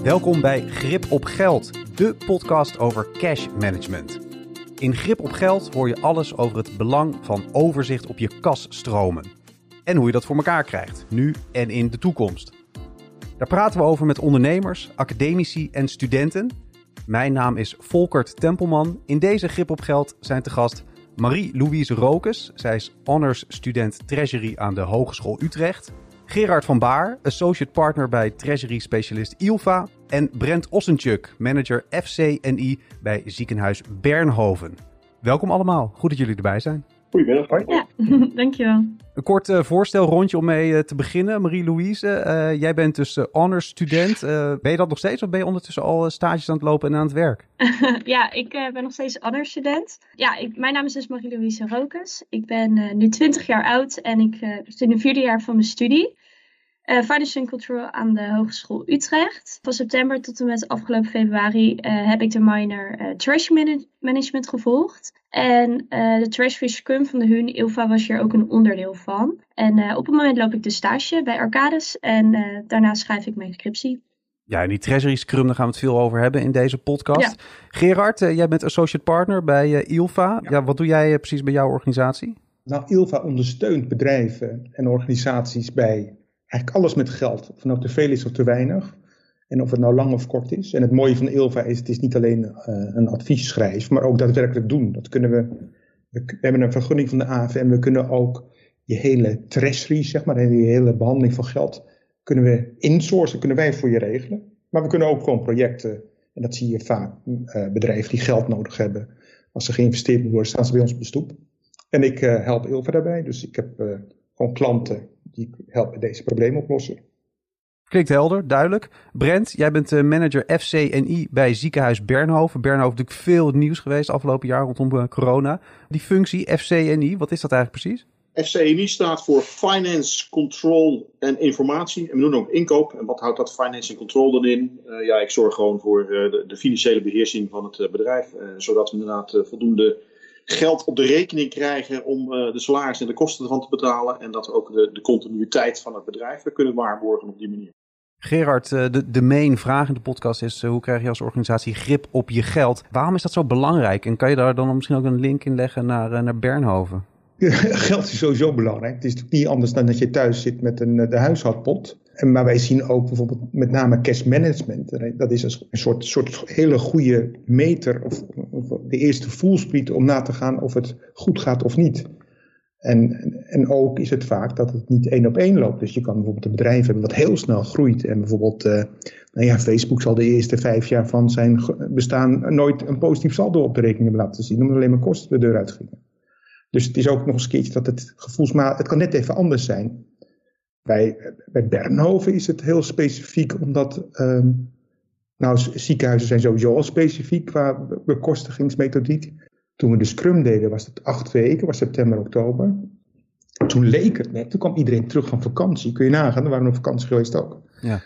Welkom bij Grip op Geld, de podcast over cash management. In Grip op Geld hoor je alles over het belang van overzicht op je kasstromen. En hoe je dat voor elkaar krijgt, nu en in de toekomst. Daar praten we over met ondernemers, academici en studenten. Mijn naam is Volkert Tempelman. In deze Grip op Geld zijn te gast Marie-Louise Rookes. Zij is honors student Treasury aan de Hogeschool Utrecht. Gerard van Baar, associate partner bij Treasury specialist ILVA. En Brent Ossentjuk, manager FCNI bij Ziekenhuis Bernhoven. Welkom allemaal, goed dat jullie erbij zijn. Goedemiddag. Hoi. Ja, dankjewel. Een kort voorstelrondje om mee te beginnen. Marie-Louise, jij bent dus honors student. Ben je dat nog steeds of ben je ondertussen al stages aan het lopen en aan het werk? Ja, ik ben nog steeds honors student. Ja, mijn naam is dus Marie-Louise Rookes. Ik ben nu 20 jaar oud en ik zit in het 4e jaar van mijn studie. Finance and Control aan de Hogeschool Utrecht. Van september tot en met afgelopen februari heb ik de minor Treasury Management gevolgd. En de Treasury Scrum van de HUN ILVA was hier ook een onderdeel van. En op het moment loop ik de stage bij Arcadis en daarna schrijf ik mijn scriptie. Ja, en die Treasury Scrum, daar gaan we het veel over hebben in deze podcast. Ja. Gerard, jij bent associate partner bij ILVA. Ja, wat doe jij precies bij jouw organisatie? Nou, ILVA ondersteunt bedrijven en organisaties bij eigenlijk alles met geld. Of het nou te veel is of te weinig. En of het nou lang of kort is. En het mooie van ILVA is, het is niet alleen een advies schrijven, maar ook daadwerkelijk doen. Dat kunnen we hebben een vergunning van de AFM. We kunnen ook je hele treasury, zeg maar, je hele behandeling van geld, kunnen we insourcen, kunnen wij voor je regelen. Maar we kunnen ook gewoon projecten, en dat zie je vaak, bedrijven die geld nodig hebben. Als ze geïnvesteerd moeten worden, staan ze bij ons op de stoep. En ik help ILVA daarbij, dus ik heb gewoon klanten die helpen deze problemen oplossen. Klinkt helder, duidelijk. Brent, jij bent manager FCNI bij Ziekenhuis Bernhoven. Bernhoven is natuurlijk veel nieuws geweest afgelopen jaar rondom corona. Die functie FCNI, wat is dat eigenlijk precies? FCNI staat voor Finance, Control en Informatie. En we doen ook inkoop. En wat houdt dat Finance en Control dan in? Ik zorg gewoon voor de financiële beheersing van het bedrijf. Zodat we inderdaad voldoende geld op de rekening krijgen om de salarissen en de kosten ervan te betalen. En dat we ook de continuïteit van het bedrijf kunnen waarborgen op die manier. Gerard, de main vraag in de podcast is, hoe krijg je als organisatie grip op je geld? Waarom is dat zo belangrijk? En kan je daar dan misschien ook een link in leggen naar Bernhoven? Geld is sowieso belangrijk. Het is natuurlijk niet anders dan dat je thuis zit met de huishoudpot. Maar wij zien ook bijvoorbeeld met name cash management. Dat is een soort hele goede meter of de eerste voelspriet om na te gaan of het goed gaat of niet. En ook is het vaak dat het niet 1 op 1 loopt. Dus je kan bijvoorbeeld een bedrijf hebben wat heel snel groeit. En bijvoorbeeld, Facebook zal de eerste 5 jaar van zijn bestaan nooit een positief saldo op de rekening hebben laten zien. Omdat alleen maar kosten de deur uitgingen. Dus het is ook nog eens een keertje dat het gevoelsmaat, het kan net even anders zijn. Bij Bernhoven is het heel specifiek, omdat ziekenhuizen zijn sowieso al specifiek qua bekostigingsmethodiek. Toen we de Scrum deden was het 8 weken, was september, oktober. Toen leek het net, toen kwam iedereen terug van vakantie. Kun je nagaan, er waren op vakantie geweest ook. Ja.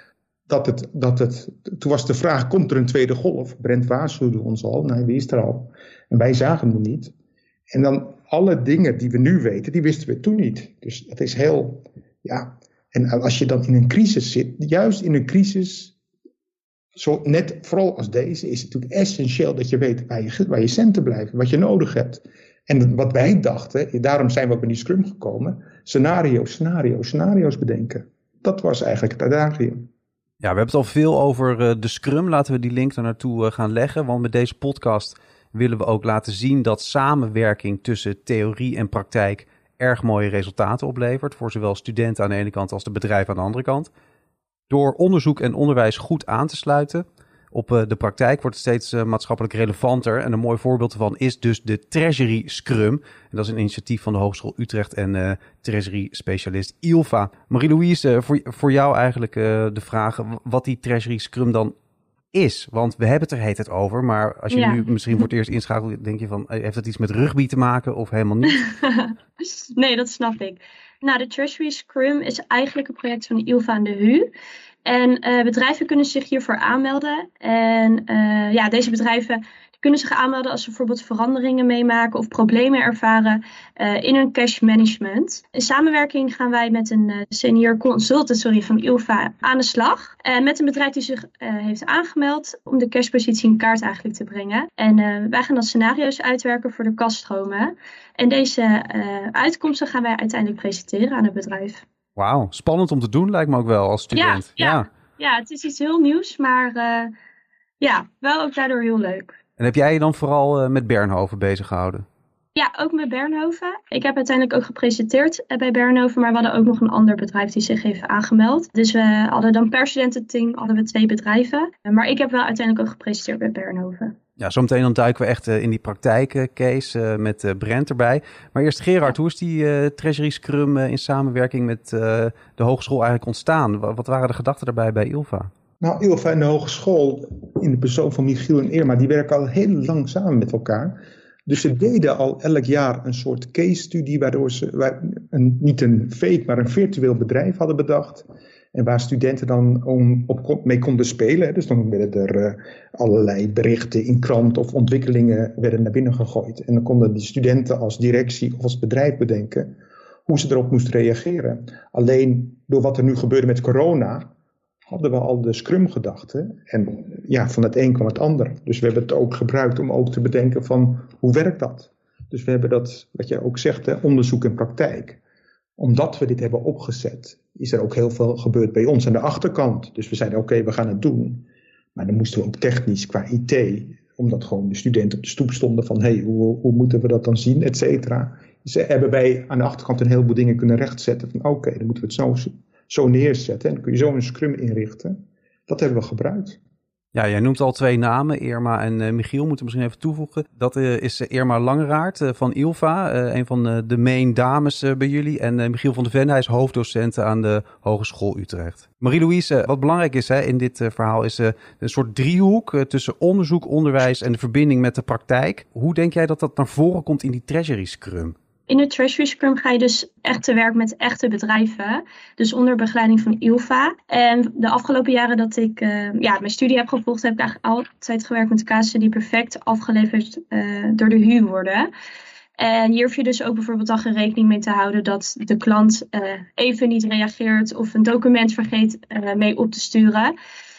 Toen was de vraag, komt er een tweede golf? Brent waarschuwde ons al, nee, die is er al. En wij zagen hem niet. En dan alle dingen die we nu weten, die wisten we toen niet. Dus dat is heel, en als je dan in een crisis zit, juist in een crisis, zo net vooral als deze, is het natuurlijk essentieel dat je weet waar je centen blijven, wat je nodig hebt. En wat wij dachten, daarom zijn we ook bij die Scrum gekomen, scenario's bedenken. Dat was eigenlijk het adagium. Ja, we hebben het al veel over de Scrum. Laten we die link daar naartoe gaan leggen, want met deze podcast willen we ook laten zien dat samenwerking tussen theorie en praktijk erg mooie resultaten oplevert. Voor zowel studenten aan de ene kant als de bedrijven aan de andere kant. Door onderzoek en onderwijs goed aan te sluiten op de praktijk wordt het steeds maatschappelijk relevanter. En een mooi voorbeeld ervan is dus de Treasury Scrum. En dat is een initiatief van de Hogeschool Utrecht en Treasury specialist ILVA. Marie-Louise, voor jou eigenlijk de vraag wat die Treasury Scrum dan is. Want we hebben het er heet het over, maar als je nu misschien voor het eerst inschakelt, denk je van, heeft dat iets met rugby te maken of helemaal niet? Nee, dat snap ik. Nou, de Treasury Scrum is eigenlijk een project van de ILVA en de HU. En bedrijven kunnen zich hiervoor aanmelden. En deze bedrijven kunnen zich aanmelden als ze bijvoorbeeld veranderingen meemaken of problemen ervaren in hun cash management. In samenwerking gaan wij met een senior consultant van ILVA aan de slag. Met een bedrijf die zich heeft aangemeld om de cashpositie in kaart eigenlijk te brengen. En wij gaan dan scenario's uitwerken voor de kasstromen. En deze uitkomsten gaan wij uiteindelijk presenteren aan het bedrijf. Wauw, spannend om te doen lijkt me ook wel als student. Ja, het is iets heel nieuws, maar wel ook daardoor heel leuk. En heb jij je dan vooral met Bernhoven bezig gehouden? Ja, ook met Bernhoven. Ik heb uiteindelijk ook gepresenteerd bij Bernhoven, maar we hadden ook nog een ander bedrijf die zich heeft aangemeld. Dus we hadden dan per studententeam 2 bedrijven. Maar ik heb wel uiteindelijk ook gepresenteerd bij Bernhoven. Ja, zometeen dan duiken we echt in die praktijkcase met Brent erbij. Maar eerst Gerard, hoe is die Treasury Scrum in samenwerking met de hogeschool eigenlijk ontstaan? Wat waren de gedachten daarbij bij ILVA? Nou, ILVA en de hogeschool, in de persoon van Michiel en Irma, die werken al heel lang samen met elkaar. Dus ze deden al elk jaar een soort case-studie waardoor ze niet een fake, maar een virtueel bedrijf hadden bedacht. En waar studenten dan mee konden spelen. Dus dan werden er allerlei berichten in krant of ontwikkelingen werden naar binnen gegooid. En dan konden die studenten als directie of als bedrijf bedenken hoe ze erop moesten reageren. Alleen door wat er nu gebeurde met corona, hadden we al de Scrum-gedachte. En ja, van het een kwam het ander. Dus we hebben het ook gebruikt om ook te bedenken van hoe werkt dat? Dus we hebben dat, wat je ook zegt, onderzoek en praktijk. Omdat we dit hebben opgezet, is er ook heel veel gebeurd bij ons aan de achterkant. Dus we zeiden oké, we gaan het doen. Maar dan moesten we ook technisch qua IT, omdat gewoon de studenten op de stoep stonden van hoe moeten we dat dan zien, et cetera. Dus hebben wij aan de achterkant een heleboel dingen kunnen rechtzetten van oké, dan moeten we het zo neerzetten. En dan kun je zo een Scrum inrichten. Dat hebben we gebruikt. Ja, jij noemt al 2 namen, Irma en Michiel, moeten we misschien even toevoegen. Dat is Irma Langeraert van ILVA, een van de main dames bij jullie. En Michiel van der Ven, hij is hoofddocent aan de Hogeschool Utrecht. Marie-Louise, wat belangrijk is in dit verhaal is een soort driehoek tussen onderzoek, onderwijs en de verbinding met de praktijk. Hoe denk jij dat dat naar voren komt in die Treasury Scrum? In de Treasury Scrum ga je dus echt te werk met echte bedrijven. Dus onder begeleiding van ILVA. En de afgelopen jaren dat ik mijn studie heb gevolgd, heb ik eigenlijk altijd gewerkt met casussen die perfect afgeleverd door de HU worden. En hier hoef je dus ook bijvoorbeeld al geen rekening mee te houden dat de klant even niet reageert of een document vergeet mee op te sturen.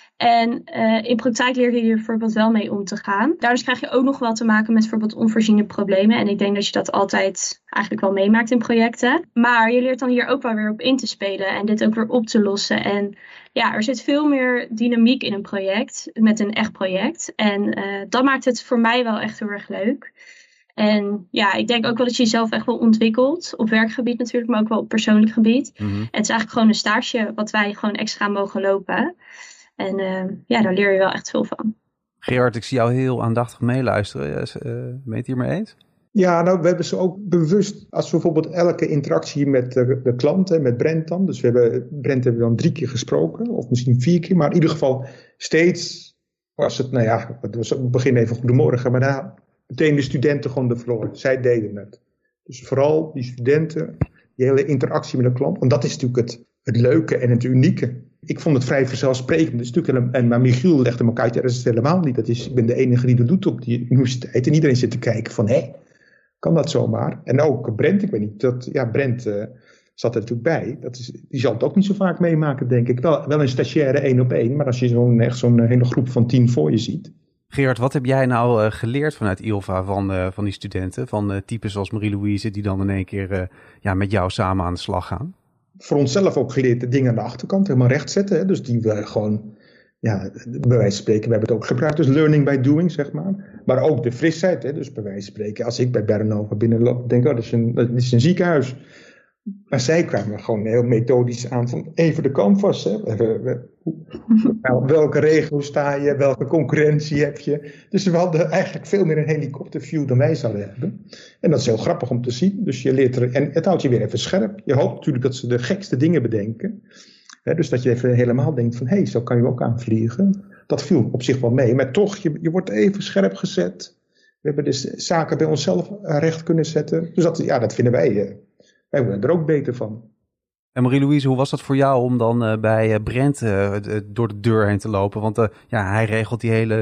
En in praktijk leer je hier bijvoorbeeld wel mee om te gaan. Daardoor krijg je ook nog wel te maken met bijvoorbeeld onvoorziene problemen. En ik denk dat je dat altijd eigenlijk wel meemaakt in projecten. Maar je leert dan hier ook wel weer op in te spelen en dit ook weer op te lossen. En ja, er zit veel meer dynamiek in een project, met een echt project. En dat maakt het voor mij wel echt heel erg leuk. En ja, ik denk ook wel dat je jezelf echt wel ontwikkelt. Op werkgebied natuurlijk, maar ook wel op persoonlijk gebied. Mm-hmm. En het is eigenlijk gewoon een stage wat wij gewoon extra mogen lopen. En daar leer je wel echt veel van. Gerard, ik zie jou heel aandachtig meeluisteren. Ben je het hier mee eens? Ja, nou, we hebben ze ook bewust, als we bijvoorbeeld elke interactie met de klanten, met Brent dan. Dus Brent hebben we dan 3 keer gesproken, of misschien 4 keer. Maar in ieder geval steeds was het, het was op het begin even goedemorgen. Maar daarna meteen de studenten gewoon de vloer. Zij deden het. Dus vooral die studenten, die hele interactie met de klant. Want dat is natuurlijk het leuke en het unieke. Ik vond het vrij vanzelfsprekend. Dus maar Michiel legde me uit, dat is het helemaal niet. Ik ben de enige die dat doet op die universiteit. En iedereen zit te kijken van, kan dat zomaar? En ook Brent, ik weet niet, Brent zat er natuurlijk bij. Die zal het ook niet zo vaak meemaken, denk ik. Wel een stagiaire 1-op-1, maar als je zo'n hele groep van 10 voor je ziet. Gerard, wat heb jij nou geleerd vanuit ILVA van die studenten? Van types zoals Marie-Louise, die dan in één keer met jou samen aan de slag gaan? Voor onszelf ook geleerd de dingen aan de achterkant helemaal recht zetten. Hè? Dus die we gewoon, bij wijze van spreken, we hebben het ook gebruikt. Dus learning by doing, zeg maar. Maar ook de frisheid. Hè? Dus bij wijze van spreken, als ik bij Bernhoven binnenloop, denk ik, dat is een ziekenhuis. Maar zij kwamen gewoon heel methodisch aan van even de canvas. Hè? Welke regio sta je? Welke concurrentie heb je? Dus we hadden eigenlijk veel meer een helikopterview dan wij zouden hebben. En dat is heel grappig om te zien. Dus je leert en het houdt je weer even scherp. Je hoopt natuurlijk dat ze de gekste dingen bedenken. Dus dat je even helemaal denkt van, zo kan je ook aanvliegen. Dat viel op zich wel mee. Maar toch, je wordt even scherp gezet. We hebben dus zaken bij onszelf recht kunnen zetten. Dus dat vinden wij... Wij worden er ook beter van. En Marie-Louise, hoe was dat voor jou om dan bij Brent door de deur heen te lopen? Want hij regelt die hele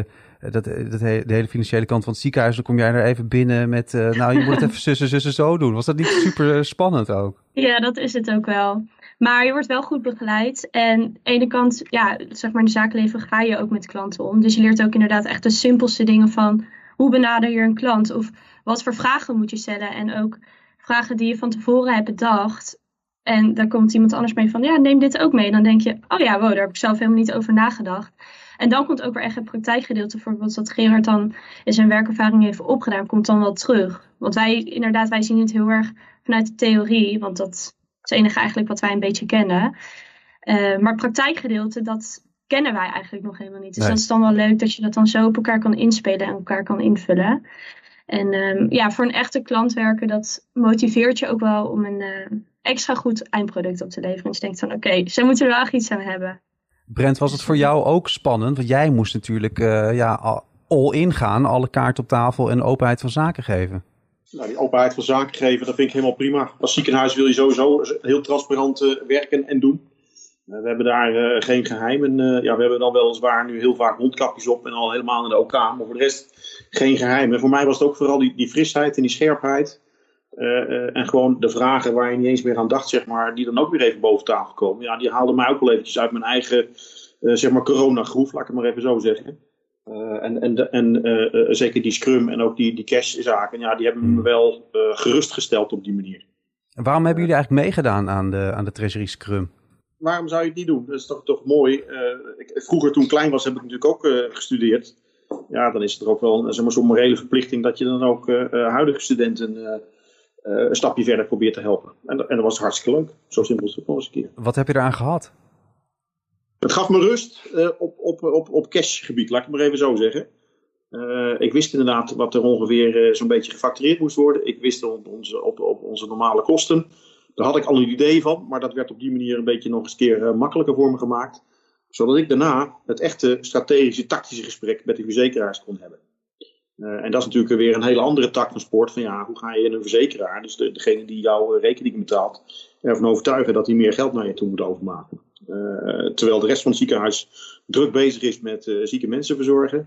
de hele financiële kant van het ziekenhuis, dan kom jij er even binnen met, je moet het even zussen zo doen. Was dat niet super spannend ook? Ja, dat is het ook wel. Maar je wordt wel goed begeleid. En aan de ene kant, zeg maar in de zakenleven ga je ook met klanten om. Dus je leert ook inderdaad echt de simpelste dingen van hoe benader je een klant? Of wat voor vragen moet je stellen? En ook vragen die je van tevoren hebt bedacht. En daar komt iemand anders mee van, neem dit ook mee. En dan denk je, wow, daar heb ik zelf helemaal niet over nagedacht. En dan komt ook weer echt het praktijkgedeelte. Bijvoorbeeld wat Gerard dan in zijn werkervaring heeft opgedaan, komt dan wel terug. Want wij zien het heel erg vanuit de theorie. Want dat is het enige eigenlijk wat wij een beetje kennen. Maar het praktijkgedeelte, dat kennen wij eigenlijk nog helemaal niet. Dus dat is dan wel leuk dat je dat dan zo op elkaar kan inspelen en elkaar kan invullen. En voor een echte klant werken, dat motiveert je ook wel om een extra goed eindproduct op te leveren. Dus je denkt van oké, zij moeten er wel echt iets aan hebben. Brent, was het voor jou ook spannend? Want jij moest natuurlijk all in gaan, alle kaarten op tafel en openheid van zaken geven. Nou, die openheid van zaken geven, dat vind ik helemaal prima. Als ziekenhuis wil je sowieso heel transparant werken en doen. We hebben daar geen geheimen. We hebben dan weliswaar nu heel vaak mondkapjes op en al helemaal in de OK. Maar voor de rest geen geheimen. Voor mij was het ook vooral die frisheid en die scherpheid. En gewoon de vragen waar je niet eens meer aan dacht, zeg maar, die dan ook weer even boven tafel komen. Ja, die haalden mij ook wel eventjes uit mijn eigen, coronagroef, laat ik het maar even zo zeggen. Zeker die Scrum en ook die cash-zaken, die hebben me wel gerustgesteld op die manier. En waarom hebben jullie eigenlijk meegedaan aan de Treasury Scrum? Waarom zou je het niet doen? Dat is toch mooi. Vroeger toen ik klein was, heb ik natuurlijk ook gestudeerd. Ja, dan is het er ook wel zo'n morele verplichting dat je dan ook huidige studenten een stapje verder probeert te helpen. En dat was hartstikke leuk. Zo simpel is het nog eens een keer. Wat heb je eraan gehad? Het gaf me rust op cashgebied, laat ik het maar even zo zeggen. Ik wist inderdaad wat er ongeveer zo'n beetje gefactureerd moest worden. Ik wist op onze normale kosten. Daar had ik al een idee van, maar dat werd op die manier een beetje nog eens keer makkelijker voor me gemaakt. Zodat ik daarna het echte strategische, tactische gesprek met de verzekeraars kon hebben. En dat is natuurlijk weer een hele andere tak van sport. Van hoe ga je een verzekeraar, dus degene die jouw rekening betaalt, ervan overtuigen dat hij meer geld naar je toe moet overmaken. Terwijl de rest van het ziekenhuis druk bezig is met zieke mensen verzorgen.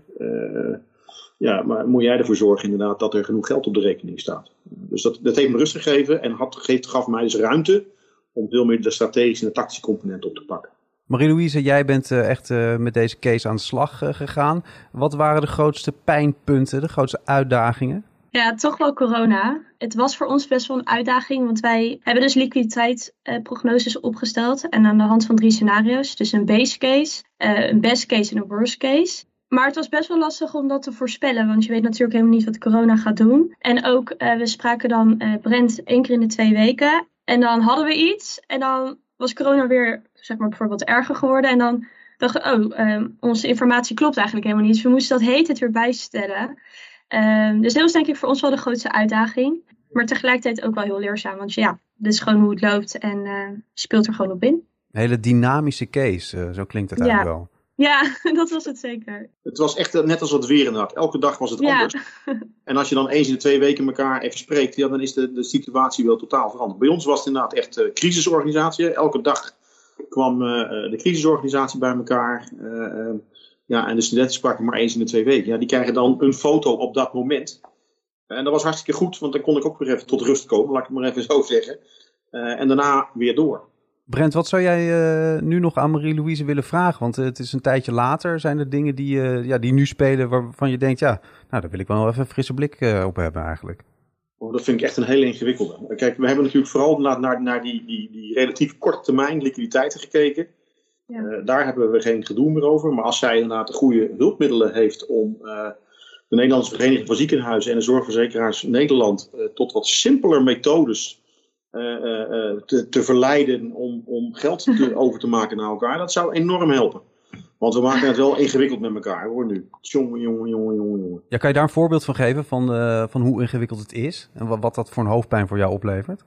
Maar moet jij ervoor zorgen inderdaad dat er genoeg geld op de rekening staat. Dus dat heeft me rust gegeven en gaf mij dus ruimte om veel meer de strategische en de tactische component op te pakken. Marie-Louise, jij bent echt met deze case aan de slag gegaan. Wat waren de grootste pijnpunten, de grootste uitdagingen? Ja, toch wel corona. Het was voor ons best wel een uitdaging, want wij hebben dus liquiditeitsprognoses opgesteld. En aan de hand van 3 scenario's, dus een base case, een best case en een worst case. Maar het was best wel lastig om dat te voorspellen, want je weet natuurlijk helemaal niet wat corona gaat doen. En ook, we spraken dan Brent 1 keer in de 2 weken. En dan hadden we iets en dan was corona weer, bijvoorbeeld erger geworden. En dan dachten we, onze informatie klopt eigenlijk helemaal niet. Dus we moesten dat het weer bijstellen. Dus dat was denk ik voor ons wel de grootste uitdaging. Maar tegelijkertijd ook wel heel leerzaam. Want dit is gewoon hoe het loopt en speelt er gewoon op in. Een hele dynamische case, zo klinkt het eigenlijk wel. Ja, dat was het zeker. Het was echt net als het weer inderdaad. Elke dag was het anders. En als je dan eens in de 2 weken elkaar even spreekt, dan is de situatie wel totaal veranderd. Bij ons was het inderdaad echt crisisorganisatie. Elke dag kwam de crisisorganisatie bij elkaar. En de studenten spraken maar eens in de 2 weken. Ja, die krijgen dan een foto op dat moment. En dat was hartstikke goed, want dan kon ik ook weer even tot rust komen, laat ik het maar even zo zeggen. En daarna weer door. Brent, wat zou jij nu nog aan Marie-Louise willen vragen? Want het is een tijdje later. Zijn er dingen die nu spelen waarvan je denkt, daar wil ik wel even een frisse blik op hebben eigenlijk? Dat vind ik echt een hele ingewikkelde. Kijk, we hebben natuurlijk vooral naar die relatief korte termijn liquiditeiten gekeken. Ja. Daar hebben we geen gedoe meer over. Maar als zij inderdaad de goede hulpmiddelen heeft om de Nederlandse Vereniging van Ziekenhuizen en de Zorgverzekeraars Nederland tot wat simpeler methodes te verleiden om geld over te maken naar elkaar, dat zou enorm helpen. Want we maken het wel ingewikkeld met elkaar, hoor nu. Jongen. Ja, kan je daar een voorbeeld van geven van hoe ingewikkeld het is? En wat dat voor een hoofdpijn voor jou oplevert?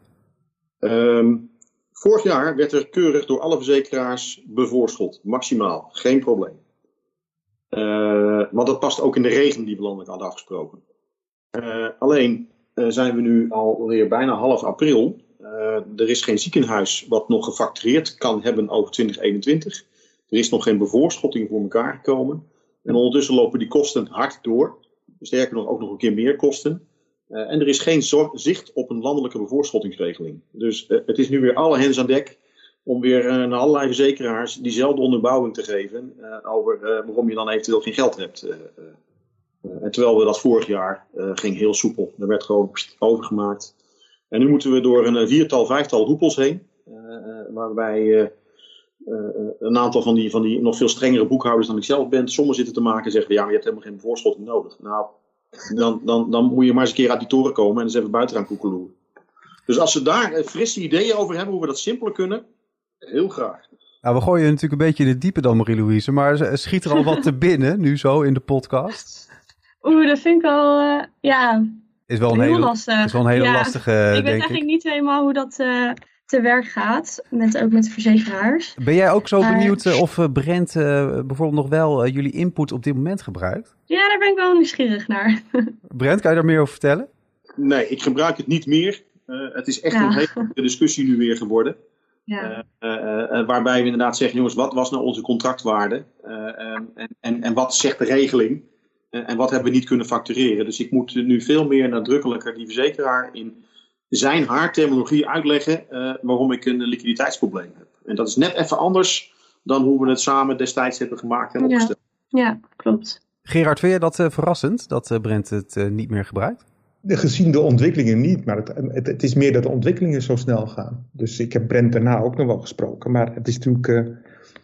Vorig jaar werd er keurig door alle verzekeraars bevoorschot. Maximaal. Geen probleem. Want dat past ook in de regeling die we landelijk hadden afgesproken. Alleen zijn we nu alweer bijna half april. Er is geen ziekenhuis wat nog gefactureerd kan hebben over 2021. Er is nog geen bevoorschotting voor elkaar gekomen. En ondertussen lopen die kosten hard door. Sterker nog, ook nog een keer meer kosten. En er is geen zicht op een landelijke bevoorschottingsregeling. Dus het is nu weer alle hens aan dek om weer naar allerlei verzekeraars diezelfde onderbouwing te geven over waarom je dan eventueel geen geld hebt. En terwijl we dat vorig jaar ging heel soepel. Er werd gewoon overgemaakt. En nu moeten we door een 4-5 hoepels heen. Waarbij een aantal van die nog veel strengere boekhouders dan ik zelf ben, sommigen zitten te maken en zeggen, ja, maar je hebt helemaal geen bevoorschotting nodig. Nou, dan moet je maar eens een keer uit die toren komen en eens even buiten gaan koekeloeren. Dus als ze daar frisse ideeën over hebben, hoe we dat simpeler kunnen, heel graag. Nou, we gooien natuurlijk een beetje in het diepe dan, Marie-Louise, maar schiet er al wat te binnen, nu zo in de podcast? Dat vind ik wel, is wel heel lastig. Is wel een hele lastige, ik weet eigenlijk niet helemaal hoe dat te werk gaat, ook met verzekeraars. Ben jij ook zo benieuwd of Brent bijvoorbeeld nog wel jullie input op dit moment gebruikt? Ja, daar ben ik wel nieuwsgierig naar. Brent, kan je daar meer over vertellen? Nee, ik gebruik het niet meer. Het is echt een hele discussie nu weer geworden. Ja. Waarbij we inderdaad zeggen, jongens, wat was nou onze contractwaarde? En wat zegt de regeling? En wat hebben we niet kunnen factureren? Dus ik moet nu veel meer nadrukkelijker die verzekeraar in haar terminologie uitleggen waarom ik een liquiditeitsprobleem heb. En dat is net even anders dan hoe we het samen destijds hebben gemaakt en opgesteld. Ja, klopt. Gerard, vind je dat verrassend dat Brent het niet meer gebruikt? Gezien de ontwikkelingen niet, maar het is meer dat de ontwikkelingen zo snel gaan. Dus ik heb Brent daarna ook nog wel gesproken, maar het is natuurlijk,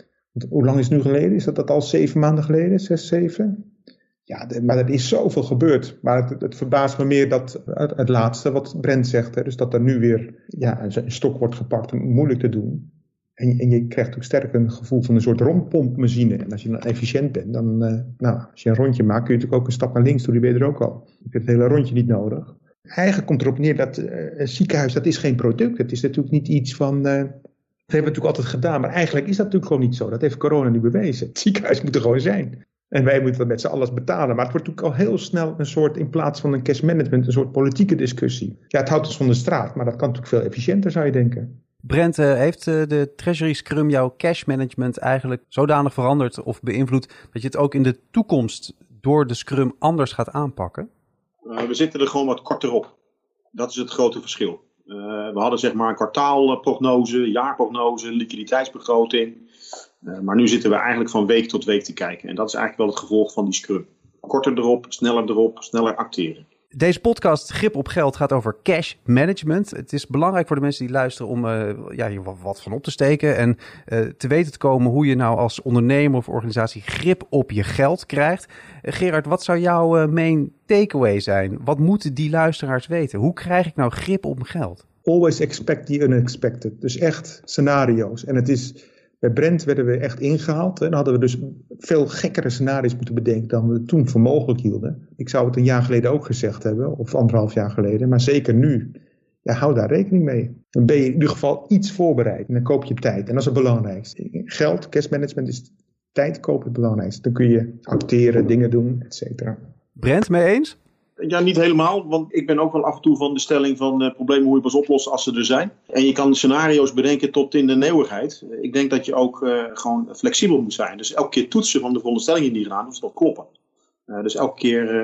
hoe lang is het nu geleden? Is dat al 7 maanden geleden? 6, 7? Ja, maar er is zoveel gebeurd. Maar het verbaast me meer dat het laatste wat Brent zegt. Hè, dus dat er nu weer een stok wordt gepakt om moeilijk te doen. En je krijgt natuurlijk sterk een gevoel van een soort rondpompmachine. En als je dan efficiënt bent, dan als je een rondje maakt, kun je natuurlijk ook een stap naar links doen. Die ben je er ook al. Je hebt het hele rondje niet nodig. Eigenlijk komt erop neer dat een ziekenhuis, dat is geen product. Het is natuurlijk niet iets van dat hebben we natuurlijk altijd gedaan. Maar eigenlijk is dat natuurlijk gewoon niet zo. Dat heeft corona nu bewezen. Het ziekenhuis moet er gewoon zijn. En wij moeten dat met z'n allen betalen. Maar het wordt natuurlijk al heel snel een soort, in plaats van een cash management, een soort politieke discussie. Ja, het houdt ons van de straat, maar dat kan natuurlijk veel efficiënter, zou je denken. Brent, heeft de Treasury Scrum jouw cash management eigenlijk zodanig veranderd of beïnvloed dat je het ook in de toekomst door de Scrum anders gaat aanpakken? We zitten er gewoon wat korter op. Dat is het grote verschil. We hadden zeg maar een kwartaalprognose, jaarprognose, liquiditeitsbegroting. Maar nu zitten we eigenlijk van week tot week te kijken. En dat is eigenlijk wel het gevolg van die Scrum. Korter erop, sneller acteren. Deze podcast Grip op Geld gaat over cash management. Het is belangrijk voor de mensen die luisteren om hier wat van op te steken. En te weten te komen hoe je nou als ondernemer of organisatie grip op je geld krijgt. Gerard, wat zou jouw main takeaway zijn? Wat moeten die luisteraars weten? Hoe krijg ik nou grip op mijn geld? Always expect the unexpected. Dus echt scenario's. En het is, bij Brent werden we echt ingehaald. En hadden we dus veel gekkere scenario's moeten bedenken dan we toen voor mogelijk hielden. Ik zou het een jaar geleden ook gezegd hebben, of 1,5 jaar geleden. Maar zeker nu, hou daar rekening mee. Dan ben je in ieder geval iets voorbereid. En dan koop je tijd. En dat is het belangrijkste. Geld, cash management is tijd kopen het belangrijkste. Dan kun je acteren, dingen doen, et cetera. Brent, mee eens? Ja, niet helemaal, want ik ben ook wel af en toe van de stelling van problemen moet je pas oplossen als ze er zijn. En je kan scenario's bedenken tot in de eeuwigheid. Ik denk dat je ook gewoon flexibel moet zijn. Dus elke keer toetsen van de veronderstellingen die je gedaan hoeft wel kloppen. Dus elke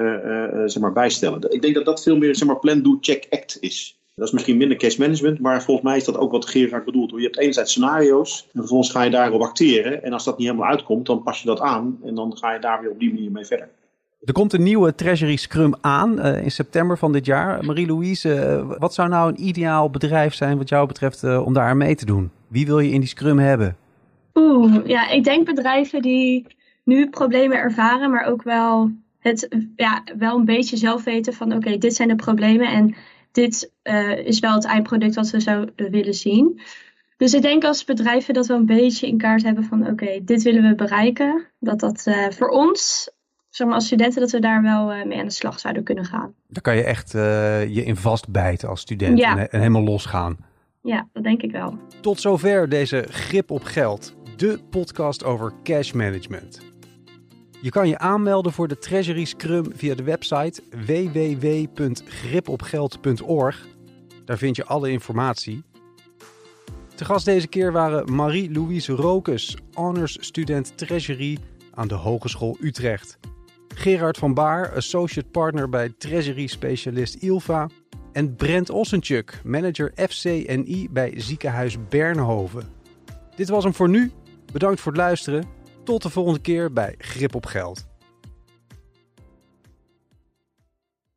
keer bijstellen. Ik denk dat dat veel meer plan, do, check, act is. Dat is misschien minder cash management, maar volgens mij is dat ook wat Gerard bedoelt. Je hebt enerzijds scenario's en vervolgens ga je daarop acteren. En als dat niet helemaal uitkomt, dan pas je dat aan en dan ga je daar weer op die manier mee verder. Er komt een nieuwe Treasury Scrum aan in september van dit jaar. Marie-Louise, wat zou nou een ideaal bedrijf zijn wat jou betreft om daar aan mee te doen? Wie wil je in die Scrum hebben? Ik denk bedrijven die nu problemen ervaren, maar ook wel wel een beetje zelf weten van oké, dit zijn de problemen en dit is wel het eindproduct wat we zouden willen zien. Dus ik denk als bedrijven dat wel een beetje in kaart hebben van oké, dit willen we bereiken. Dat voor ons, zeg maar als studenten, dat we daar wel mee aan de slag zouden kunnen gaan. Daar kan je echt je in vastbijten als student en helemaal losgaan. Ja, dat denk ik wel. Tot zover deze Grip op Geld, de podcast over cash management. Je kan je aanmelden voor de Treasury Scrum via de website www.gripopgeld.org. Daar vind je alle informatie. Te gast deze keer waren Marie-Louise Rookes, honors student Treasury, aan de Hogeschool Utrecht. Gerard van Baar, associate partner bij Treasury specialist ILVA. En Brent Ossentjuk, manager FCNI bij Ziekenhuis Bernhoven. Dit was hem voor nu. Bedankt voor het luisteren. Tot de volgende keer bij Grip op Geld.